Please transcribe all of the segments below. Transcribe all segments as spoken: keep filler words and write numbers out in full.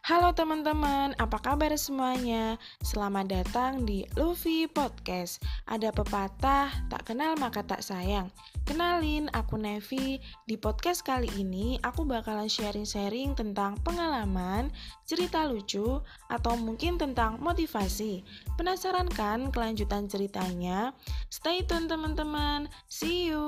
Halo teman-teman, apa kabar semuanya? Selamat datang di Luffy Podcast. Ada pepatah, tak kenal maka tak sayang. Kenalin, aku Nevi. Di podcast kali ini, aku bakalan sharing-sharing tentang pengalaman, cerita lucu, atau mungkin tentang motivasi. Penasaran kan kelanjutan ceritanya? Stay tune teman-teman. See you!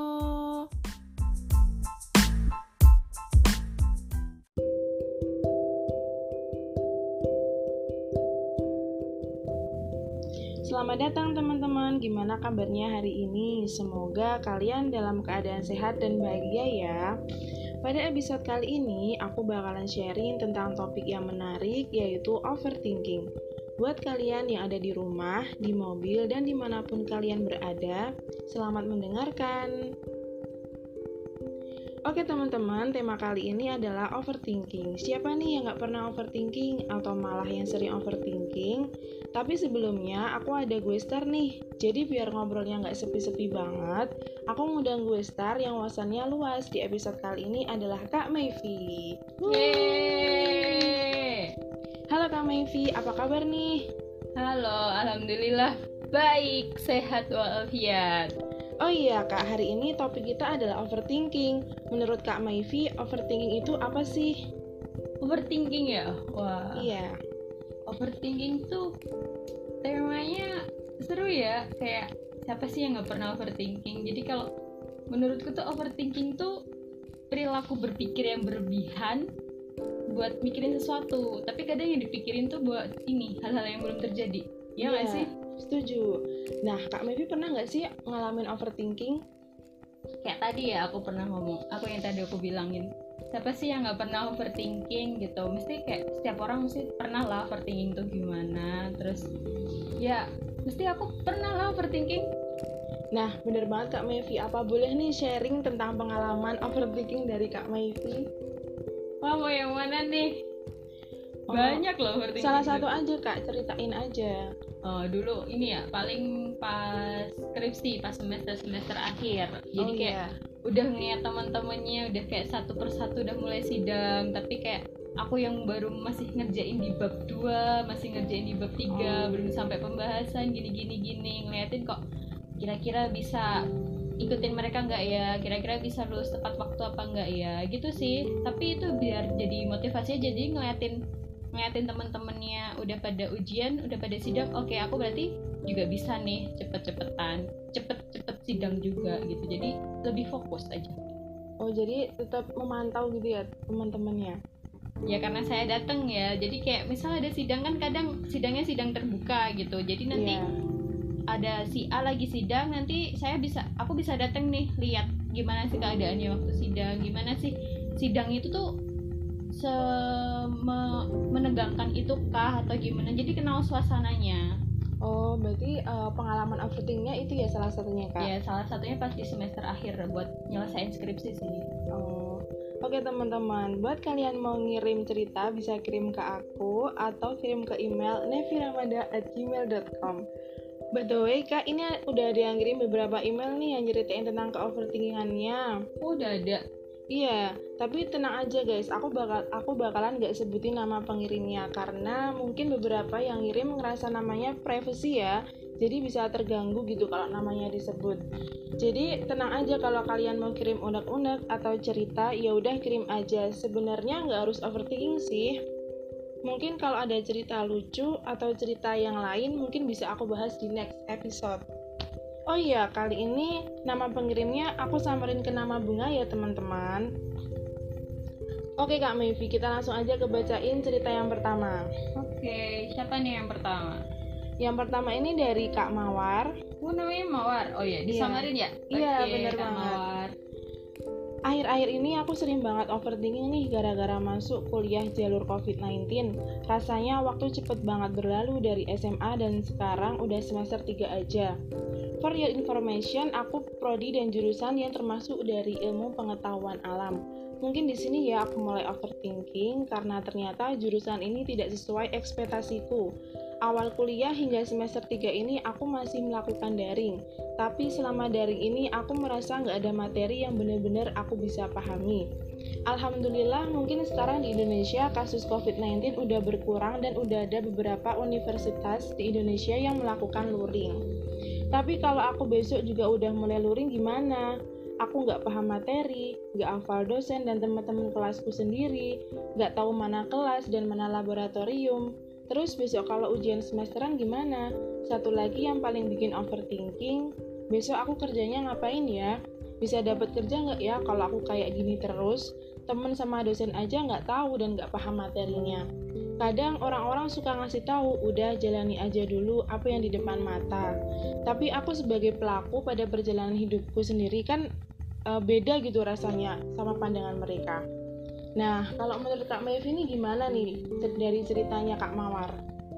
Selamat datang teman-teman, gimana kabarnya hari ini? Semoga kalian dalam keadaan sehat dan bahagia ya. Pada episode kali ini, aku bakalan sharing tentang topik yang menarik, yaitu overthinking. Buat kalian yang ada di rumah, di mobil, dan dimanapun kalian berada, selamat mendengarkan. Oke teman-teman, tema kali ini adalah overthinking. Siapa nih yang gak pernah overthinking atau malah yang sering overthinking? Tapi sebelumnya aku ada gue star nih. Jadi biar ngobrolnya gak sepi-sepi banget, aku ngundang gue star yang wawasannya luas. Di episode kali ini adalah Kak Mayvi. Yeay. Halo Kak Mayvi, apa kabar nih? Halo, alhamdulillah baik, sehat walafiat. Oh iya Kak, hari ini topik kita adalah overthinking. Menurut Kak Mayvi, overthinking itu apa sih? Overthinking ya? Wah. Iya. Overthinking tuh temanya seru ya. Kayak siapa sih yang nggak pernah overthinking? Jadi kalau menurutku tuh overthinking tuh perilaku berpikir yang berlebihan buat mikirin sesuatu. Tapi kadang yang dipikirin tuh buat ini hal-hal yang belum terjadi. Iya nggak Iya, sih? setuju. Nah, Kak Mayvi pernah nggak sih ngalamin overthinking? Kayak tadi ya aku pernah ngomong, aku yang tadi aku bilangin, siapa sih yang nggak pernah overthinking gitu? Mesti kayak setiap orang mesti pernah lah overthinking tuh gimana. Terus ya mesti aku pernah lah overthinking. Nah, bener banget Kak Mayvi. Apa boleh nih sharing tentang pengalaman overthinking dari Kak Mayvi? Wah, mau yang mana nih? Oh, Banyak loh overthinking. Salah satu aja Kak, ceritain aja. Oh, dulu ini ya paling pas skripsi, pas semester-semester akhir. Jadi Oh, kayak iya. udah ngeliat teman-temannya udah kayak satu persatu udah mulai sidang, tapi kayak aku yang baru masih ngerjain di bab dua, masih ngerjain di bab tiga, Oh. belum sampai pembahasan gini-gini gini, ngeliatin kok kira-kira bisa ikutin mereka nggak ya, kira-kira bisa lulus tepat waktu apa nggak ya, gitu sih. Tapi itu biar jadi motivasi aja, jadi ngeliatin ngeliatin teman-temannya udah pada ujian, udah pada sidang, oke aku berarti juga bisa nih cepet-cepetan, cepet-cepet sidang juga gitu, jadi lebih fokus aja. Oh, jadi tetap memantau gitu ya teman-temannya? Ya karena saya datang ya, jadi kayak misal ada sidang kan kadang sidangnya sidang terbuka gitu, jadi nanti Iya. ada si A lagi sidang, nanti saya bisa, aku bisa datang nih lihat gimana sih keadaannya waktu sidang, gimana sih sidang itu tuh se- menegangkan itu kah atau gimana, jadi kenal suasananya. Oh, berarti uh, pengalaman overthinkingnya itu ya salah satunya Kak? Ya salah satunya pas di semester akhir buat nyelesain skripsi sih. Oh, oke teman-teman, buat kalian mau ngirim cerita bisa kirim ke aku atau kirim ke email neviramada at gmail dot com. By the way Kak, ini udah ada yang kirim beberapa email nih yang ceritain tentang ke-overthinkingannya. Oh, udah ada. Iya, tapi tenang aja guys, aku bakal aku bakalan gak sebutin nama pengirimnya karena mungkin beberapa yang ngirim ngerasa namanya privacy ya, jadi bisa terganggu gitu kalau namanya disebut. Jadi tenang aja kalau kalian mau kirim unek-unek atau cerita, ya udah kirim aja. Sebenarnya nggak harus overthinking sih. Mungkin kalau ada cerita lucu atau cerita yang lain mungkin bisa aku bahas di next episode. Oh iya, kali ini nama pengirimnya aku samarin ke nama bunga ya teman-teman. Oke Kak Mayvi, kita langsung aja kebacain cerita yang pertama. Oke, siapa nih yang pertama? Yang pertama ini dari Kak Mawar. Oh, namanya Mawar. Oh iya, disamarin ya? Iya, Oke, bener Kak banget. Mawar. Akhir-akhir ini aku sering banget overthinking nih gara-gara masuk kuliah jalur covid sembilan belas. Rasanya waktu cepet banget berlalu dari S M A dan sekarang udah semester tiga aja. For your information, aku prodi dan jurusan yang termasuk dari ilmu pengetahuan alam. Mungkin di sini ya aku mulai overthinking karena ternyata jurusan ini tidak sesuai ekspektasiku. awal kuliah hingga semester tiga ini aku masih melakukan daring. Tapi selama daring ini aku merasa nggak ada materi yang benar-benar aku bisa pahami. Alhamdulillah mungkin sekarang di Indonesia kasus covid sembilan belas udah berkurang dan udah ada beberapa universitas di Indonesia yang melakukan luring. Tapi kalau aku besok juga udah mulai luring gimana? Aku nggak paham materi, nggak hafal dosen dan teman-teman kelasku sendiri, nggak tahu mana kelas dan mana laboratorium. Terus besok kalau ujian semesteran gimana? Satu lagi yang paling bikin overthinking, besok aku kerjanya ngapain ya? Bisa dapat kerja nggak ya kalau aku kayak gini terus? Temen sama dosen aja nggak tahu dan nggak paham materinya. Kadang orang-orang suka ngasih tahu, udah jalani aja dulu apa yang di depan mata. Tapi aku sebagai pelaku pada perjalanan hidupku sendiri kan e, beda gitu rasanya sama pandangan mereka. Nah, kalau menurut Kak Mevi ini gimana nih dari ceritanya Kak Mawar?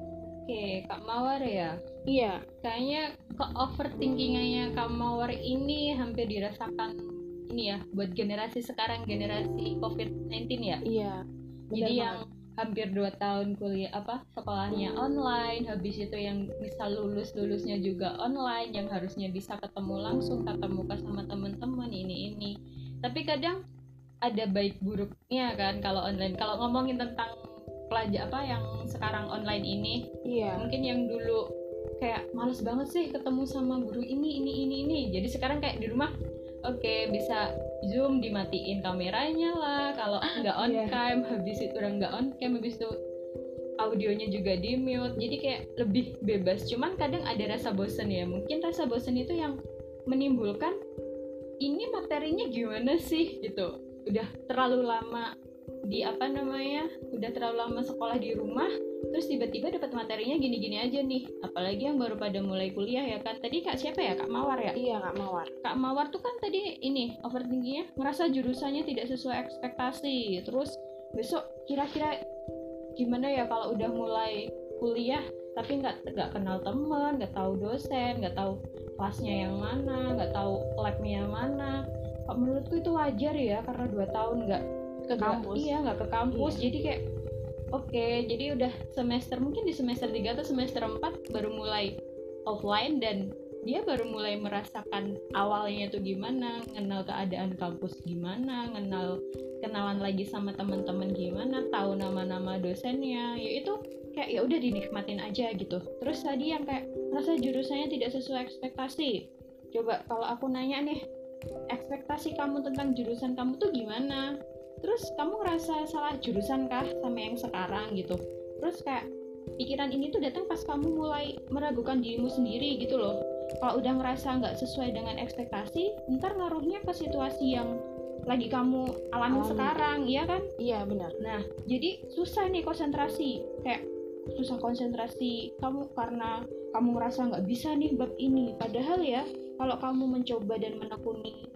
Oke, Kak Mawar ya? Iya. Kayaknya ke overthinkingannya Kak Mawar ini hampir dirasakan ini ya, buat generasi sekarang, generasi covid sembilan belas ya? Iya. Jadi yang hampir dua tahun kuliah apa sekolahnya online, habis itu yang bisa lulus lulusnya juga online, yang harusnya bisa ketemu langsung tatap muka sama teman-teman ini ini. Tapi kadang ada baik buruknya kan kalau online. Kalau ngomongin tentang pelajar apa yang sekarang online ini, iya. Mungkin yang dulu kayak males banget sih ketemu sama guru ini ini ini ini. Jadi sekarang kayak di rumah, oke okay, bisa Zoom dimatiin kameranya lah, kalau nggak on yeah. cam, habis itu udah nggak on cam, habis itu audionya juga di mute, jadi kayak lebih bebas. Cuman kadang ada rasa bosen ya, mungkin rasa bosen itu yang menimbulkan ini materinya gimana sih gitu, udah terlalu lama di apa namanya, udah terlalu lama sekolah di rumah, terus tiba-tiba dapat materinya gini-gini aja nih, apalagi yang baru pada mulai kuliah ya kan. Tadi Kak siapa ya, Kak Mawar ya? Iya, Kak Mawar. Kak Mawar tuh kan tadi ini overthinkingnya ngerasa jurusannya tidak sesuai ekspektasi, terus besok kira-kira gimana ya kalau udah mulai kuliah tapi nggak nggak kenal teman, nggak tahu dosen, nggak tahu kelasnya yang mana, nggak tahu labnya yang mana. Kok menurutku itu wajar ya, karena dua tahun nggak ke kampus. Iya, nggak ke kampus, iya. Jadi kayak oke, okay, jadi udah semester mungkin di semester tiga atau semester empat baru mulai offline dan dia baru mulai merasakan awalnya tuh gimana, kenal keadaan kampus gimana, kenal kenalan lagi sama teman-teman gimana, tahu nama-nama dosennya, ya itu kayak ya udah dinikmatin aja gitu. Terus tadi yang kayak rasa jurusannya tidak sesuai ekspektasi. Coba kalau aku nanya nih, ekspektasi kamu tentang jurusan kamu tuh gimana? Terus kamu ngerasa salah jurusan kah sama yang sekarang gitu? Terus kayak pikiran ini tuh datang pas kamu mulai meragukan dirimu sendiri gitu loh. Kalau udah ngerasa nggak sesuai dengan ekspektasi, ntar ngaruhnya ke situasi yang lagi kamu alami Alami. sekarang, iya kan? Iya benar. Nah, jadi susah nih konsentrasi, kayak susah konsentrasi kamu karena kamu ngerasa nggak bisa nih bab ini. Padahal ya, kalau kamu mencoba dan menekuni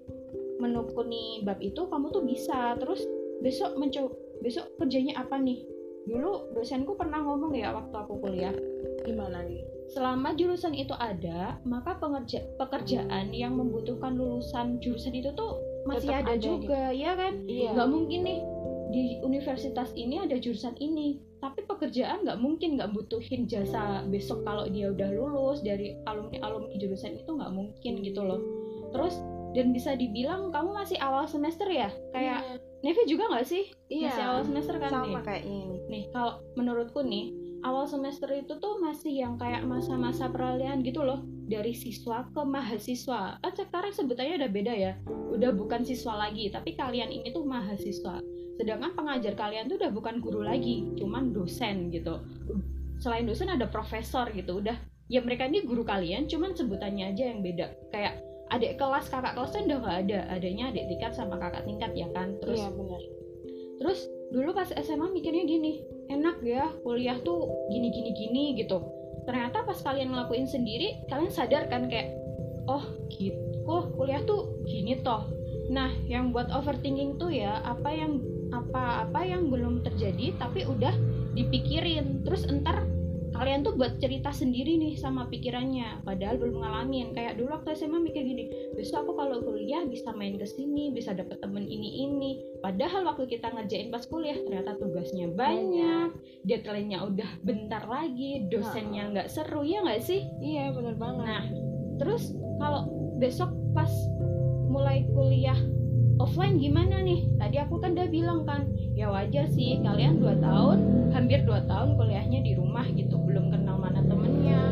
menekuni bab itu, kamu tuh bisa. Terus besok mencoba, besok kerjanya apa nih? Dulu dosenku pernah ngomong ya waktu aku kuliah, gimana nih? Selama jurusan itu ada, maka pengerja, pekerjaan yang membutuhkan lulusan jurusan itu tuh masih Tetap ada, ada juga, gitu. Ya kan? Iya. Gak mungkin nih di universitas ini ada jurusan ini, tapi pekerjaan gak mungkin gak butuhin jasa besok kalau dia udah lulus dari alumni-alumni jurusan itu, gak mungkin gitu loh. Terus dan bisa dibilang kamu masih awal semester ya, kayak yeah. Nevi juga nggak sih? Iya. Masih awal semester kan? Sama nih? kayak ini. Nih kalau menurutku nih, awal semester itu tuh masih yang kayak masa-masa peralihan gitu loh, dari siswa ke mahasiswa. Ah, sekarang sebutannya udah beda ya, udah bukan siswa lagi, tapi kalian ini tuh mahasiswa. Sedangkan pengajar kalian tuh udah bukan guru lagi, cuman dosen gitu. Selain dosen ada profesor gitu, udah ya mereka ini guru kalian, cuman sebutannya aja yang beda. Kayak adik kelas, kakak kelasnya udah nggak ada, adanya adik tingkat sama kakak tingkat ya kan. Terus, iya benar. Terus dulu pas S M A mikirnya gini, enak ya kuliah tuh gini gini gini gitu. Ternyata pas kalian ngelakuin sendiri, kalian sadar kan kayak, oh gitu, oh kuliah tuh gini toh. Nah yang buat overthinking tuh ya apa yang apa apa yang belum terjadi tapi udah dipikirin, terus entar kalian tuh buat cerita sendiri nih sama pikirannya, padahal belum ngalamin. Kayak dulu waktu S M A mikir gini, besok aku kalau kuliah bisa main kesini, bisa dapet temen ini ini. Padahal waktu kita ngerjain pas kuliah ternyata tugasnya banyak, deadline-nya udah bentar lagi, dosennya nggak seru, ya nggak sih? Iya benar banget. Nah terus kalau besok pas mulai kuliah offline gimana nih? Tadi aku kan udah bilang kan, ya wajar sih kalian dua tahun, hampir dua tahun kuliahnya di rumah gitu, belum kenal mana temennya,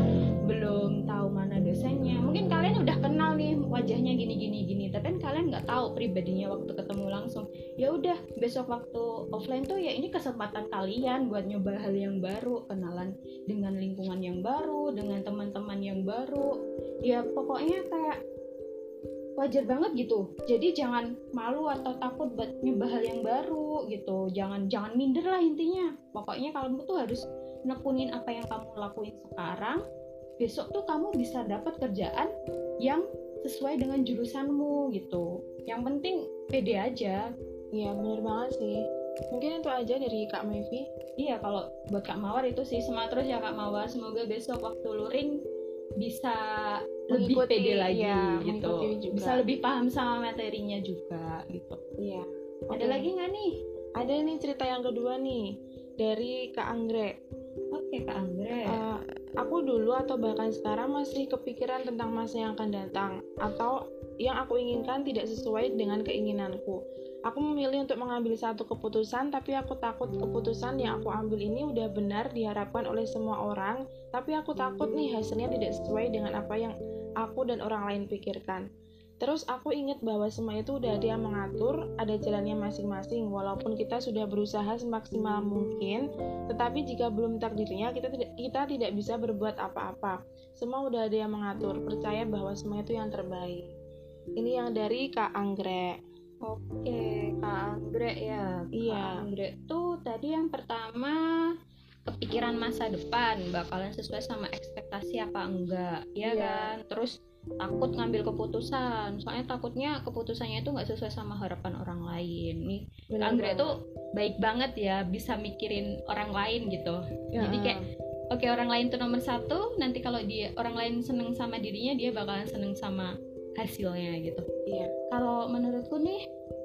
belum tahu mana dosennya. Mungkin kalian udah kenal nih wajahnya gini gini gini, tapi kan kalian nggak tahu pribadinya waktu ketemu langsung. Ya udah, besok waktu offline tuh ya ini kesempatan kalian buat nyoba hal yang baru, kenalan dengan lingkungan yang baru, dengan teman-teman yang baru. Ya pokoknya kayak wajar banget gitu. Jadi jangan malu atau takut buat nyoba hal yang baru gitu. Jangan jangan minder lah intinya. Pokoknya kamu tuh harus nekunin apa yang kamu lakuin sekarang. Besok tuh kamu bisa dapat kerjaan yang sesuai dengan jurusanmu gitu. Yang penting pede aja. Iya benar banget sih. Mungkin itu aja dari Kak Mevi. Iya, kalau buat Kak Mawar itu sih, semangat terus ya Kak Mawar. Semoga besok waktu luring bisa lebih Mengikuti, pede lagi ya, gitu, juga. Bisa lebih paham sama materinya juga gitu. Iya. Ada Oke. lagi nggak nih? Ada nih cerita yang kedua nih dari Kak Anggrek. Oke Kak Anggrek. Uh, aku dulu atau bahkan sekarang masih kepikiran tentang masa yang akan datang atau yang aku inginkan tidak sesuai dengan keinginanku. Aku memilih untuk mengambil satu keputusan, tapi aku takut keputusan yang aku ambil ini udah benar diharapkan oleh semua orang, tapi aku takut nih hasilnya tidak sesuai dengan apa yang aku dan orang lain pikirkan. Terus aku ingat bahwa semua itu udah ada yang mengatur, ada jalannya masing-masing, walaupun kita sudah berusaha semaksimal mungkin, tetapi jika belum takdirnya, kita tidak, kita tidak bisa berbuat apa-apa. Semua udah ada yang mengatur, percaya bahwa semua itu yang terbaik. Ini yang dari Kak Anggrek. Oke, Kak Anggrek ya. Iya. Kak Anggrek tuh tadi yang pertama kepikiran masa depan bakalan sesuai sama ekspektasi apa enggak, ya Iya. kan? Terus takut ngambil keputusan, soalnya takutnya keputusannya itu nggak sesuai sama harapan orang lain. Nih, Kak Anggrek tuh baik banget ya, bisa mikirin orang lain gitu. Ya. Jadi kayak oke, orang lain tuh nomor satu, nanti kalau dia orang lain seneng sama dirinya, dia bakalan seneng sama hasilnya gitu. Iya. Kalau menurutku nih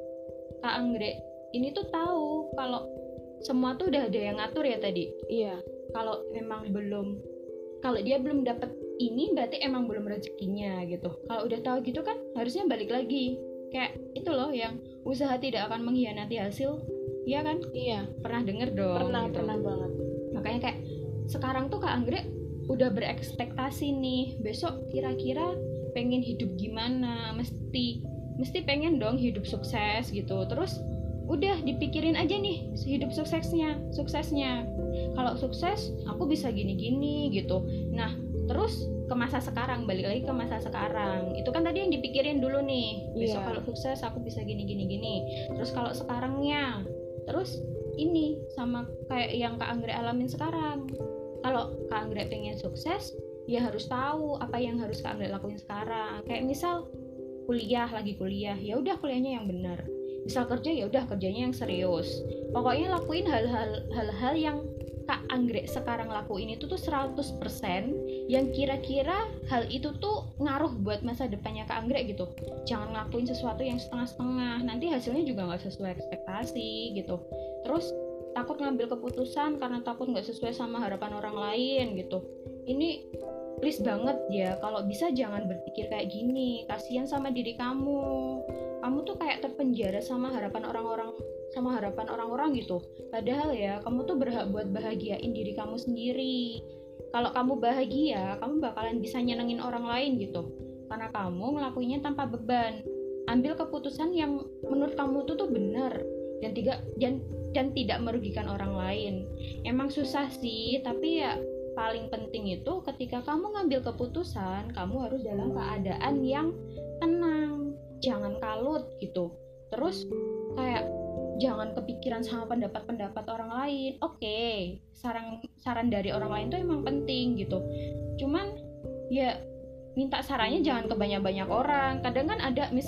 Kak Anggrek ini tuh tahu kalau semua tuh udah ada yang ngatur ya tadi. Iya. Kalau memang belum, kalau dia belum dapat ini berarti emang belum rezekinya gitu. Kalau udah tahu gitu kan harusnya balik lagi. Kayak itu loh yang usaha tidak akan mengkhianati hasil. Iya kan? Iya. Pernah denger dong? Pernah, gitu. pernah banget. Makanya kayak sekarang tuh Kak Anggrek udah berekspektasi nih, besok kira-kira pengen hidup gimana, mesti mesti pengen dong hidup sukses gitu. Terus udah dipikirin aja nih hidup suksesnya, suksesnya. Kalau sukses aku bisa gini-gini gitu. Nah, terus ke masa sekarang, balik lagi ke masa sekarang. Itu kan tadi yang dipikirin dulu nih. Besok Iya. kalau sukses aku bisa gini-gini gini. Terus kalau sekarangnya, terus ini sama kayak yang Kak Anggrek alamin sekarang. Kalau Kak Anggrek pengen sukses, ya harus tahu apa yang harus Kak Anggrek lakuin sekarang. Kayak misal kuliah, lagi kuliah, ya udah kuliahnya yang benar. Misal kerja, ya udah kerjanya yang serius. Pokoknya lakuin hal-hal hal-hal yang Kak Anggrek sekarang lakuin itu tuh seratus persen yang kira-kira hal itu tuh ngaruh buat masa depannya Kak Anggrek gitu. Jangan ngelakuin sesuatu yang setengah-setengah, nanti hasilnya juga nggak sesuai ekspektasi gitu. Terus takut ngambil keputusan karena takut nggak sesuai sama harapan orang lain gitu. Ini please banget ya, kalau bisa jangan berpikir kayak gini. Kasihan sama diri kamu. Kamu tuh kayak terpenjara sama harapan orang-orang, sama harapan orang-orang gitu. Padahal ya, kamu tuh berhak buat bahagiain diri kamu sendiri. Kalau kamu bahagia, kamu bakalan bisa nyenengin orang lain gitu. Karena kamu ngelakuinnya tanpa beban. Ambil keputusan yang menurut kamu tuh tuh benar dan tidak dan dan tidak merugikan orang lain. Emang susah sih, tapi ya paling penting itu ketika kamu ngambil keputusan, kamu harus dalam keadaan yang tenang, jangan kalut gitu. Terus kayak jangan kepikiran sama pendapat-pendapat orang lain. Oke, okay, saran saran dari orang lain tuh emang penting gitu. Cuman ya minta sarannya jangan ke banyak-banyak orang. Kadang kan ada misal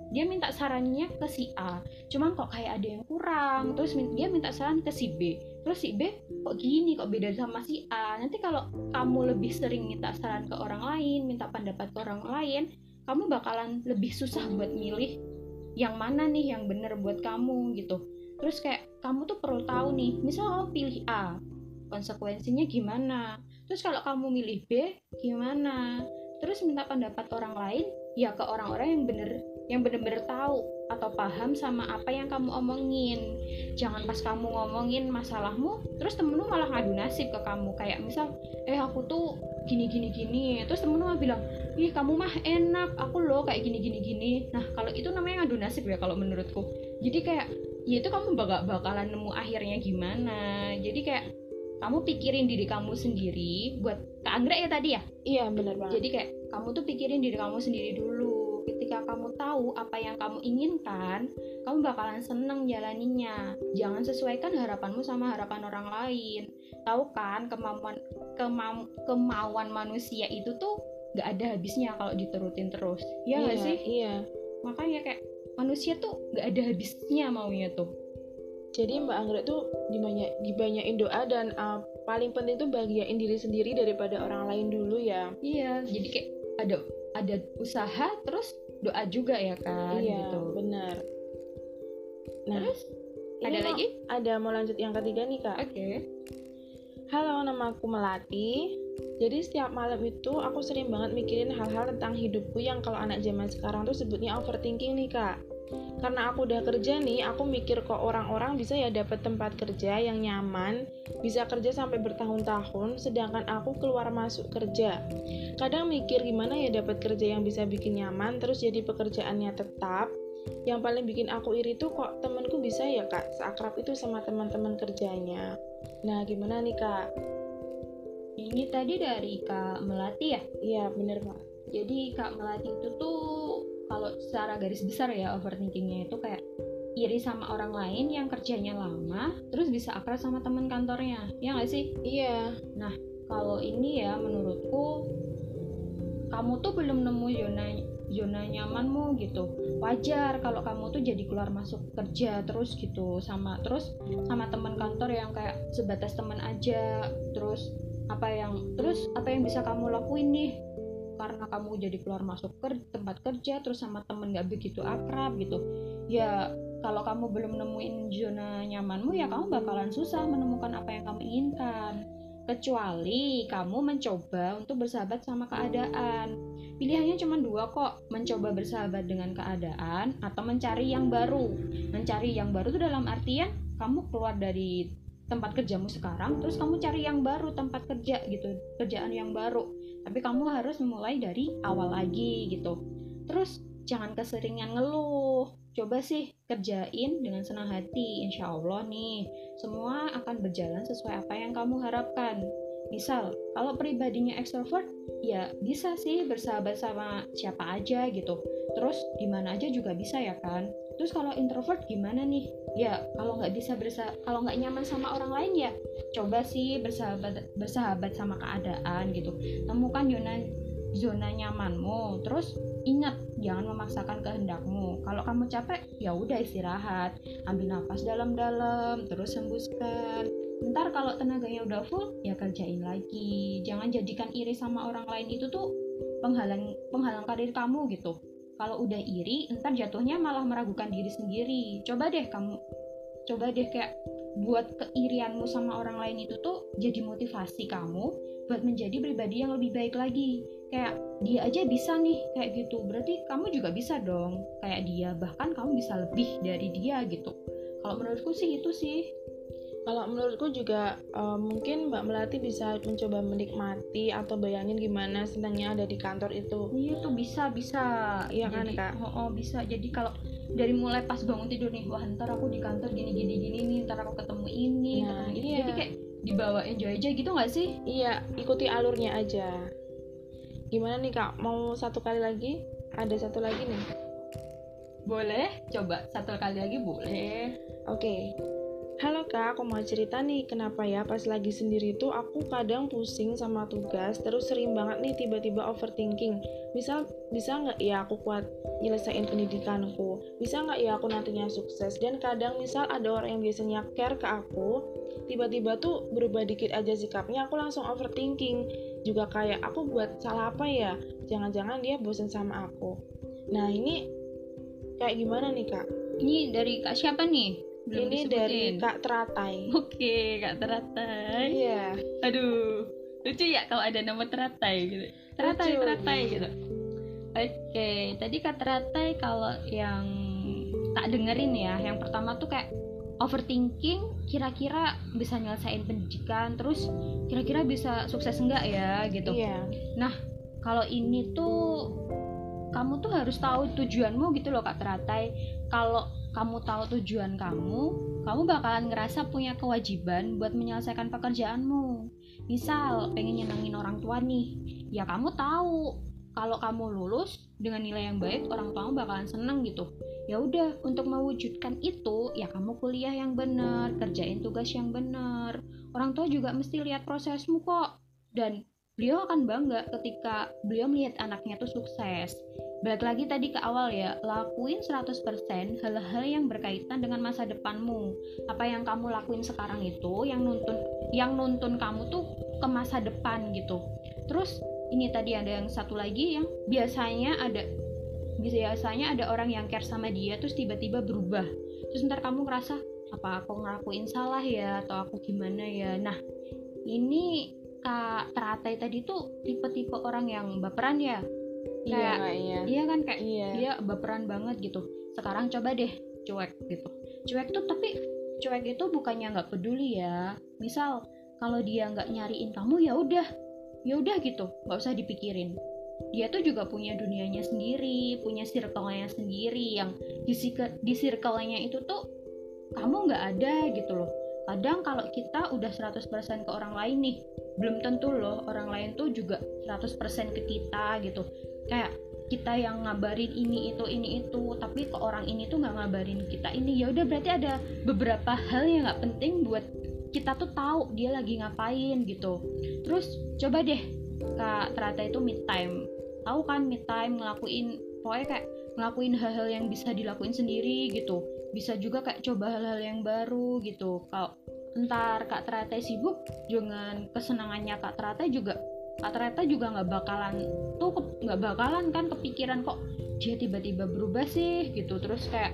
dia minta sarannya ke si A, cuman kok kayak ada yang kurang, terus dia minta saran ke si B, terus si B kok gini, kok beda sama si A. Nanti kalau kamu lebih sering minta saran ke orang lain, minta pendapat ke orang lain, kamu bakalan lebih susah buat milih yang mana nih yang bener buat kamu gitu. Terus kayak kamu tuh perlu tahu nih, misal kamu pilih A, konsekuensinya gimana. Terus kalau kamu milih B, gimana. Terus minta pendapat orang lain, ya ke orang-orang yang bener yang bener-bener tahu atau paham sama apa yang kamu omongin. Jangan pas kamu ngomongin masalahmu, terus temenmu malah ngadu nasib ke kamu. Kayak misal, eh aku tuh gini gini gini, terus temenmu malah bilang, ih kamu mah enak, aku loh kayak gini gini gini. Nah kalau itu namanya ngadu nasib ya kalau menurutku. Jadi kayak, ya itu kamu bakal bakalan nemu akhirnya gimana. Jadi kayak kamu pikirin diri kamu sendiri. Buat Kak Anggrek ya tadi ya? Iya benar banget. Jadi kayak kamu tuh pikirin diri kamu sendiri dulu. Ketika kamu tahu apa yang kamu inginkan, kamu bakalan seneng jalaninya. Jangan sesuaikan harapanmu sama harapan orang lain. Tahu kan kemauan kemau, kemauan manusia itu tuh gak ada habisnya kalau diturutin terus. Ya nggak iya, sih? Iya. Makanya kayak manusia tuh gak ada habisnya maunya tuh. Jadi Mbak Anggrek tuh dibanyak, dibanyain doa dan uh, paling penting tuh bahagiain diri sendiri daripada orang lain dulu ya. Iya, jadi kayak ada ada usaha terus doa juga ya kan. Iya, gitu. benar. Nah, Terus ada ini lagi? Mau, ada mau lanjut yang ketiga nih Kak. Oke. Okay. Halo, nama aku Melati. Jadi setiap malam itu aku sering banget mikirin hal-hal tentang hidupku yang kalau anak zaman sekarang tuh sebutnya overthinking nih Kak. Karena aku udah kerja nih, aku mikir kok orang-orang bisa ya dapat tempat kerja yang nyaman, bisa kerja sampai bertahun-tahun, sedangkan aku keluar masuk kerja. Kadang mikir gimana ya dapat kerja yang bisa bikin nyaman, terus jadi pekerjaannya tetap. Yang paling bikin aku iri tuh kok temenku bisa ya Kak, seakrab itu sama teman-teman kerjanya. Nah gimana nih Kak? Ini tadi dari Kak Melati ya? Iya bener Kak. Jadi Kak Melati itu tuh kalau secara garis besar ya overthinkingnya itu kayak iri sama orang lain yang kerjanya lama terus bisa akrab sama teman kantornya, ya nggak sih? Iya. Nah kalau ini ya menurutku kamu tuh belum nemu zona zona nyamanmu gitu. Wajar kalau kamu tuh jadi keluar masuk kerja terus gitu sama terus sama teman kantor yang kayak sebatas teman aja. Terus apa yang terus apa yang bisa kamu lakuin nih? Karena kamu jadi keluar masuk ke tempat kerja terus sama temen gak begitu akrab gitu ya. Kalau kamu belum nemuin zona nyamanmu ya kamu bakalan susah menemukan apa yang kamu inginkan, kecuali kamu mencoba untuk bersahabat sama keadaan. Pilihannya cuma dua kok, mencoba bersahabat dengan keadaan atau mencari yang baru. Mencari yang baru itu dalam artian kamu keluar dari tempat kerjamu sekarang terus kamu cari yang baru, tempat kerja gitu, kerjaan yang baru, tapi kamu harus memulai dari awal lagi gitu. Terus jangan keseringan ngeluh, coba sih kerjain dengan senang hati. Insya Allah nih semua akan berjalan sesuai apa yang kamu harapkan. Misal kalau pribadinya extrovert ya bisa sih bersahabat sama siapa aja gitu, terus dimana aja juga bisa ya kan. Terus kalau introvert gimana nih? Ya kalau nggak bisa bersa kalau nggak nyaman sama orang lain ya coba sih bersahabat bersahabat sama keadaan gitu. Temukan zona zona nyamanmu. Terus ingat jangan memaksakan kehendakmu. Kalau kamu capek ya udah istirahat, ambil nafas dalam-dalam, terus hembuskan. Ntar kalau tenaganya udah full ya kerjain lagi. Jangan jadikan iri sama orang lain itu tuh penghalang penghalang karir kamu gitu. Kalau udah iri, ntar jatuhnya malah meragukan diri sendiri. Coba deh kamu, coba deh kayak buat keirianmu sama orang lain itu tuh jadi motivasi kamu buat menjadi pribadi yang lebih baik lagi. Kayak dia aja bisa nih kayak gitu, berarti kamu juga bisa dong kayak dia. Bahkan kamu bisa lebih dari dia gitu. Kalau menurutku sih itu sih. Kalau menurutku juga uh, mungkin Mbak Melati bisa mencoba menikmati atau bayangin gimana senangnya ada di kantor itu. Iya tuh bisa bisa. Iya kan jadi, Kak? Oh, oh bisa. Jadi kalau dari mulai pas bangun tidur nih, wah ntar aku di kantor gini gini gini nih, ntar aku ketemu ini, Nah, ketemu ini. iya. Jadi kayak dibawa enjoy aja gitu nggak sih? Iya, ikuti alurnya aja. Gimana nih Kak? Mau satu kali lagi? Ada satu lagi nih. Boleh? Coba satu kali lagi boleh. Oke. Halo Kak, aku mau cerita nih, kenapa ya pas lagi sendiri tuh aku kadang pusing sama tugas, terus sering banget nih tiba-tiba overthinking. Misal, bisa nggak ya aku kuat nyelesain pendidikanku? Bisa nggak ya aku nantinya sukses? Dan kadang misal ada orang yang biasanya care ke aku, tiba-tiba tuh berubah dikit aja sikapnya, aku langsung overthinking. Juga kayak, aku buat salah apa ya? Jangan-jangan dia bosen sama aku. Nah ini kayak gimana nih Kak? Ini dari Kak siapa nih? Belum Ini disebutin. dari Kak Teratai. Oke, Kak Teratai. Iya. Aduh, lucu ya kalau ada nama Teratai gitu. Teratai, Lucu. Teratai gitu. Oke, tadi Kak Teratai kalau yang tak dengerin ya, yang pertama tuh kayak overthinking, kira-kira bisa nyelesain pendidikan, terus kira-kira bisa sukses enggak ya gitu. Iya. Nah, kalau ini tuh kamu tuh harus tahu tujuanmu gitu loh Kak Teratai. Kalau kamu tahu tujuan kamu, kamu bakalan ngerasa punya kewajiban buat menyelesaikan pekerjaanmu. Misal pengen nyenengin orang tua nih, ya kamu tahu kalau kamu lulus dengan nilai yang baik, orang tuamu bakalan seneng gitu. Ya udah, untuk mewujudkan itu, ya kamu kuliah yang benar, kerjain tugas yang benar. Orang tua juga mesti lihat prosesmu kok. Dan beliau akan bangga ketika beliau melihat anaknya tuh sukses. Balik lagi tadi ke awal ya, lakuin seratus persen hal-hal yang berkaitan dengan masa depanmu. Apa yang kamu lakuin sekarang itu yang nuntun yang nuntun kamu tuh ke masa depan gitu. Terus ini tadi ada yang satu lagi yang biasanya ada biasanya ada orang yang care sama dia terus tiba-tiba berubah. Terus ntar kamu ngerasa, apa aku ngelakuin salah ya atau aku gimana ya. Nah, ini Kak Teratai tadi tuh tipe-tipe orang yang baperan ya. Iya Kayak kayaknya. iya kan kayak Iya. dia baperan banget gitu. Sekarang coba deh cuek gitu. Cuek tuh tapi cuek itu bukannya nggak peduli ya. Misal kalau dia nggak nyariin kamu ya udah, ya udah gitu, nggak usah dipikirin. Dia tuh juga punya dunianya sendiri, punya circle-nya sendiri yang di, di circle-nya itu tuh kamu nggak ada gitu loh. Kadang kalau kita udah seratus persen ke orang lain nih, belum tentu loh orang lain tuh juga seratus persen ke kita gitu. Kayak kita yang ngabarin ini itu ini itu, tapi ke orang ini tuh nggak ngabarin kita ini. Ya udah, berarti ada beberapa hal yang nggak penting buat kita tuh tahu dia lagi ngapain gitu. Terus coba deh Kak Terata itu mid time. Tahu kan mid time ngelakuin pokoknya kayak ngelakuin hal-hal yang bisa dilakuin sendiri gitu. Bisa juga kayak coba hal-hal yang baru gitu. Kalau ntar Kak Terata sibuk dengan kesenangannya Kak Terata juga, Kak Terata juga nggak bakalan tuh nggak bakalan kan kepikiran kok dia tiba-tiba berubah sih gitu. Terus kayak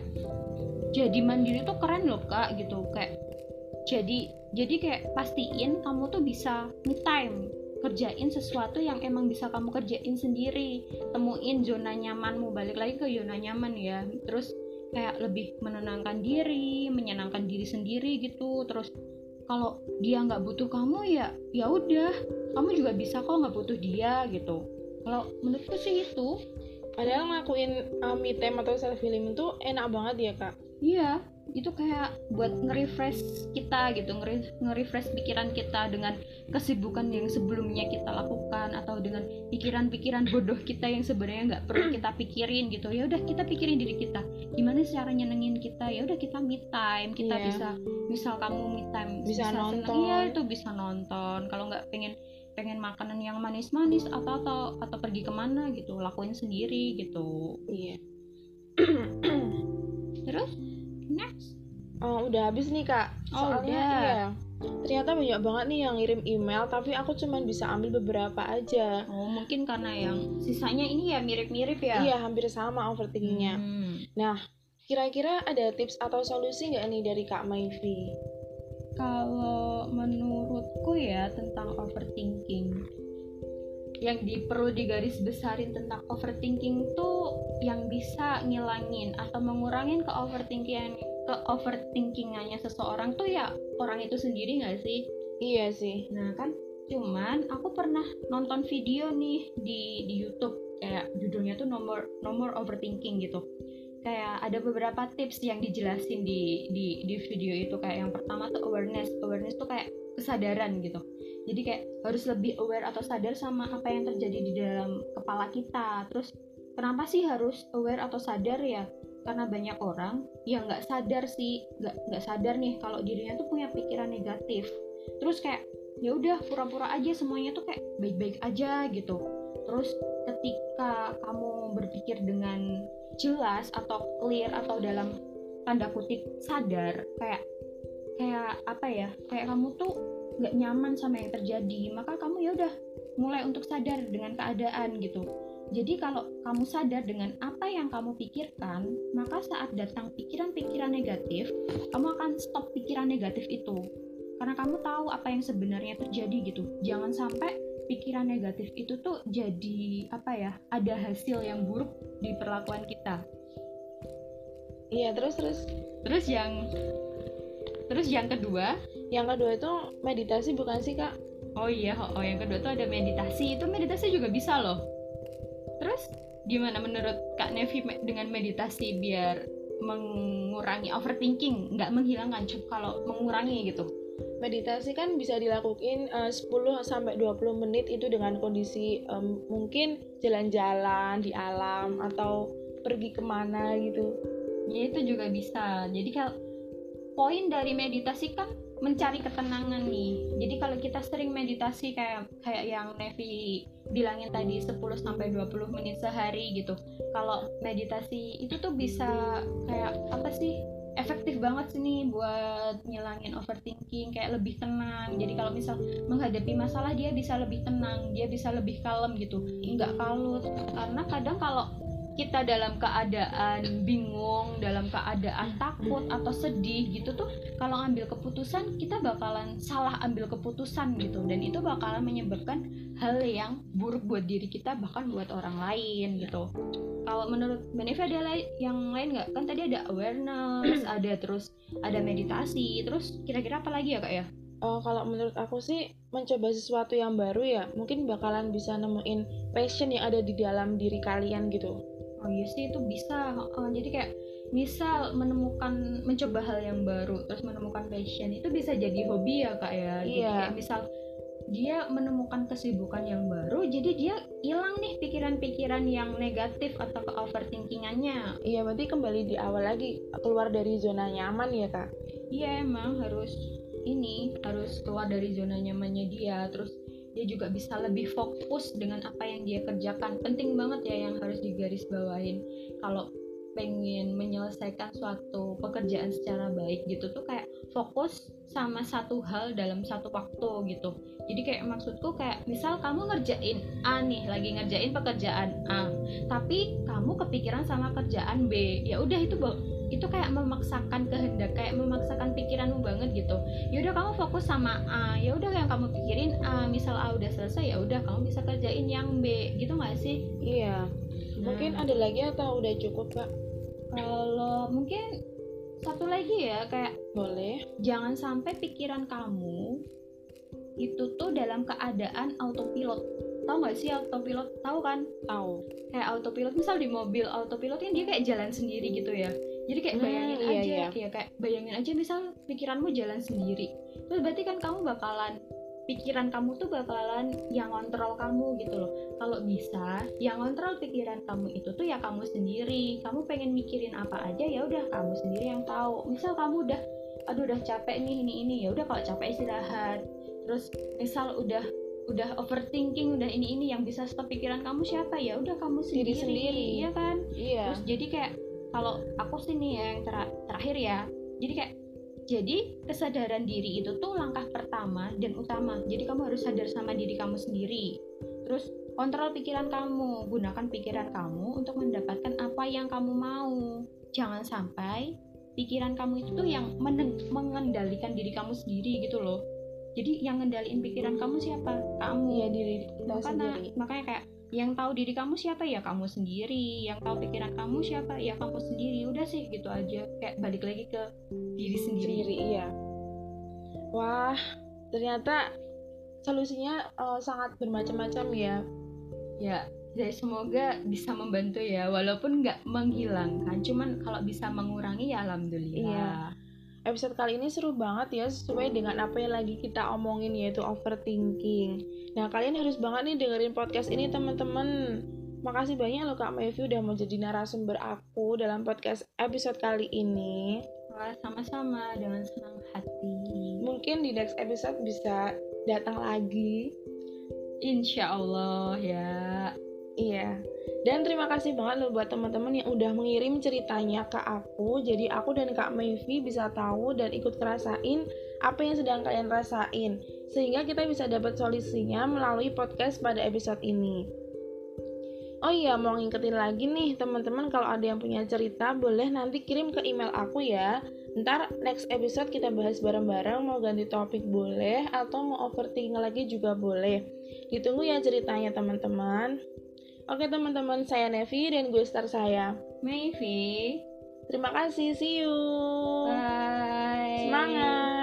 jadi mandiri tuh keren loh Kak gitu. Kayak jadi jadi kayak pastiin kamu tuh bisa me time, kerjain sesuatu yang emang bisa kamu kerjain sendiri, temuin zona nyamanmu, balik lagi ke zona nyaman ya. Terus kayak lebih menenangkan diri, menyenangkan diri sendiri gitu. Terus kalau dia nggak butuh kamu ya ya udah, kamu juga bisa kok nggak butuh dia gitu. Kalau menurutku sih itu. Padahal ngelakuin uh, me time atau self healing itu enak banget ya Kak. Iya, itu kayak buat nge-refresh kita gitu, nge-refresh pikiran kita dengan kesibukan yang sebelumnya kita lakukan, atau dengan pikiran-pikiran bodoh kita yang sebenarnya nggak perlu kita pikirin gitu. Ya udah, kita pikirin diri kita, gimana sih cara nyenengin kita. Ya udah, kita me time, kita Iya. bisa, misal kamu me time Bisa nonton. iya itu bisa nonton. Kalau nggak pengen pengen makanan yang manis-manis atau atau atau pergi kemana gitu, lakuin sendiri gitu. Iya. Terus next. Oh, udah habis nih Kak. Oh, Soalnya udah. iya. Ternyata banyak banget nih yang ngirim email, tapi aku cuman bisa ambil beberapa aja. Oh, mungkin karena yang sisanya ini ya mirip-mirip ya. Iya, hampir sama overthinkingnya. Hmm. Nah, kira-kira ada tips atau solusi nggak nih dari Kak Mayfi? Kalau menurutku ya tentang overthinking, yang di, perlu digaris besarin tentang overthinking tuh yang bisa ngilangin atau mengurangin ke overthinking ke overthinkingannya seseorang tuh ya orang itu sendiri nggak sih? Iya sih. Nah kan, cuman aku pernah nonton video nih di di YouTube, kayak judulnya tuh nomor nomor overthinking gitu. Kayak ada beberapa tips yang dijelasin di di di video itu. Kayak yang pertama tuh awareness. Awareness tuh kayak kesadaran gitu. Jadi kayak harus lebih aware atau sadar sama apa yang terjadi di dalam kepala kita. Terus kenapa sih harus aware atau sadar ya? karena banyak orang yang nggak sadar sih, nggak nggak sadar nih kalau dirinya tuh punya pikiran negatif. Terus kayak ya udah pura-pura aja semuanya tuh kayak baik-baik aja gitu. Terus ketika kamu berpikir dengan jelas atau clear atau dalam tanda kutip sadar, kayak kayak apa ya, kayak kamu tuh nggak nyaman sama yang terjadi, maka kamu ya udah mulai untuk sadar dengan keadaan gitu. Jadi kalau kamu sadar dengan apa yang kamu pikirkan, maka saat datang pikiran-pikiran negatif, kamu akan stop pikiran negatif itu. Karena kamu tahu apa yang sebenarnya terjadi gitu. Jangan sampai pikiran negatif itu tuh jadi apa ya, ada hasil yang buruk di perlakuan kita. Iya, terus terus Terus yang terus yang kedua, yang kedua itu meditasi bukan sih Kak? oh iya, oh yang kedua tuh ada meditasi. Itu meditasi juga bisa loh. Terus gimana menurut Kak Nevi dengan meditasi biar mengurangi overthinking, nggak menghilangkan, cuma kalau mengurangi gitu? Meditasi kan bisa dilakuin uh, sepuluh sampai dua puluh menit itu dengan kondisi um, mungkin jalan-jalan di alam atau pergi kemana gitu. Ya itu juga bisa. Jadi kalau poin dari meditasi kan mencari ketenangan nih. Jadi kalau kita sering meditasi kayak kayak yang Nevi bilangin tadi sepuluh sampai dua puluh menit sehari gitu. Kalau meditasi itu tuh bisa kayak apa sih? Efektif banget sih nih buat ngilangin overthinking, kayak lebih tenang. Jadi kalau misal menghadapi masalah dia bisa lebih tenang, dia bisa lebih kalem gitu, nggak kalut. Karena kadang kalau kita dalam keadaan bingung, dalam keadaan takut atau sedih gitu tuh, kalau ambil keputusan kita bakalan salah ambil keputusan gitu, dan itu bakalan menyebabkan hal yang buruk buat diri kita, bahkan buat orang lain gitu. Kalau menurut Mbak Nevi ada lai- yang lain nggak? Kan tadi ada awareness, ada terus ada meditasi, terus kira-kira apa lagi ya Kak ya? Uh, kalau menurut aku sih mencoba sesuatu yang baru ya, mungkin bakalan bisa nemuin passion yang ada di dalam diri kalian gitu. Oh iya sih itu bisa. Uh, jadi kayak misal menemukan, mencoba hal yang baru, terus menemukan passion, itu bisa jadi hobi ya Kak ya. Jadi Iya. kayak misal dia menemukan kesibukan yang baru, jadi dia hilang nih pikiran-pikiran yang negatif atau ke overthinkingannya. Iya, berarti kembali di awal lagi, keluar dari zona nyaman ya Kak. Iya emang harus ini, harus keluar dari zona nyamannya dia. Terus dia juga bisa lebih fokus dengan apa yang dia kerjakan. Penting banget ya yang harus digarisbawahin. Kalau pengen menyelesaikan suatu pekerjaan secara baik gitu tuh kayak fokus sama satu hal dalam satu waktu gitu. Jadi kayak maksudku kayak misal kamu ngerjain A nih, lagi ngerjain pekerjaan A, tapi kamu kepikiran sama kerjaan B, ya udah itu itu kayak memaksakan kehendak, kayak memaksakan pikiranmu banget gitu. Ya udah kamu fokus sama A, ya udah yang kamu pikirin A, misal A udah selesai ya udah kamu bisa kerjain yang B gitu nggak sih? Iya. Nah, Mungkin ada lagi atau udah cukup Kak? kalau mungkin satu lagi ya, kayak Boleh. jangan sampai pikiran kamu itu tuh dalam keadaan autopilot. Tahu nggak sih autopilot? Tahu kan? Tahu. Kayak autopilot, misal di mobil autopilot kan dia kayak jalan sendiri gitu ya. Jadi kayak Hmm, bayangin iya, aja, iya. ya kayak bayangin aja misal pikiranmu jalan sendiri. Terus berarti kan kamu bakalan, pikiran kamu tuh bakalan yang ngontrol kamu gitu loh. Kalau bisa, yang ngontrol pikiran kamu itu tuh ya kamu sendiri. Kamu pengen mikirin apa aja ya udah kamu sendiri yang tahu. Misal kamu udah, aduh udah capek nih ini ini, ya udah kalau capek istirahat. Terus misal udah udah overthinking, udah ini ini, yang bisa stop pikiran kamu siapa? Ya udah kamu Diri sendiri, sendiri. iya kan? Iya. Terus jadi kayak kalau aku sih nih yang ter- terakhir ya. Jadi kayak jadi kesadaran diri itu tuh langkah pertama dan utama. Jadi kamu harus sadar sama diri kamu sendiri. Terus kontrol pikiran kamu, gunakan pikiran kamu untuk mendapatkan apa yang kamu mau. Jangan sampai pikiran kamu itu tuh yang meneng- mengendalikan diri kamu sendiri gitu loh. Jadi yang ngendaliin pikiran kamu siapa? Kamu. Iya, diri kita Makanya, sendiri. makanya kayak yang tahu diri kamu siapa ya kamu sendiri, yang tahu pikiran kamu siapa ya kamu sendiri. Udah sih gitu aja, kayak balik lagi ke diri sendiri. Sendiri, iya. Wah, ternyata solusinya uh, sangat bermacam-macam ya. Ya, jadi semoga bisa membantu ya, walaupun nggak menghilangkan, cuman kalau bisa mengurangi ya alhamdulillah. Iya. Episode kali ini seru banget ya, sesuai dengan apa yang lagi kita omongin, yaitu overthinking. Nah, kalian harus banget nih dengerin podcast ini teman-teman. Makasih banyak loh Kak Mevi udah mau jadi narasumber aku dalam podcast episode kali ini. Wah, sama-sama, dengan senang hati. Mungkin di next episode bisa datang lagi. Insya Allah ya. Iya. Dan terima kasih banget loh buat teman-teman yang udah mengirim ceritanya ke aku. Jadi aku dan Kak Mevi bisa tahu dan ikut ngerasain apa yang sedang kalian rasain. Sehingga kita bisa dapat solusinya melalui podcast pada episode ini. Oh iya, mau ngingetin lagi nih teman-teman, kalau ada yang punya cerita boleh nanti kirim ke email aku ya. Ntar next episode kita bahas bareng-bareng, mau ganti topik boleh atau mau overthinking lagi juga boleh. Ditunggu ya ceritanya teman-teman. Oke teman-teman, saya Nevi dan gue star saya Maybe. Terima kasih, see you. Bye. Semangat.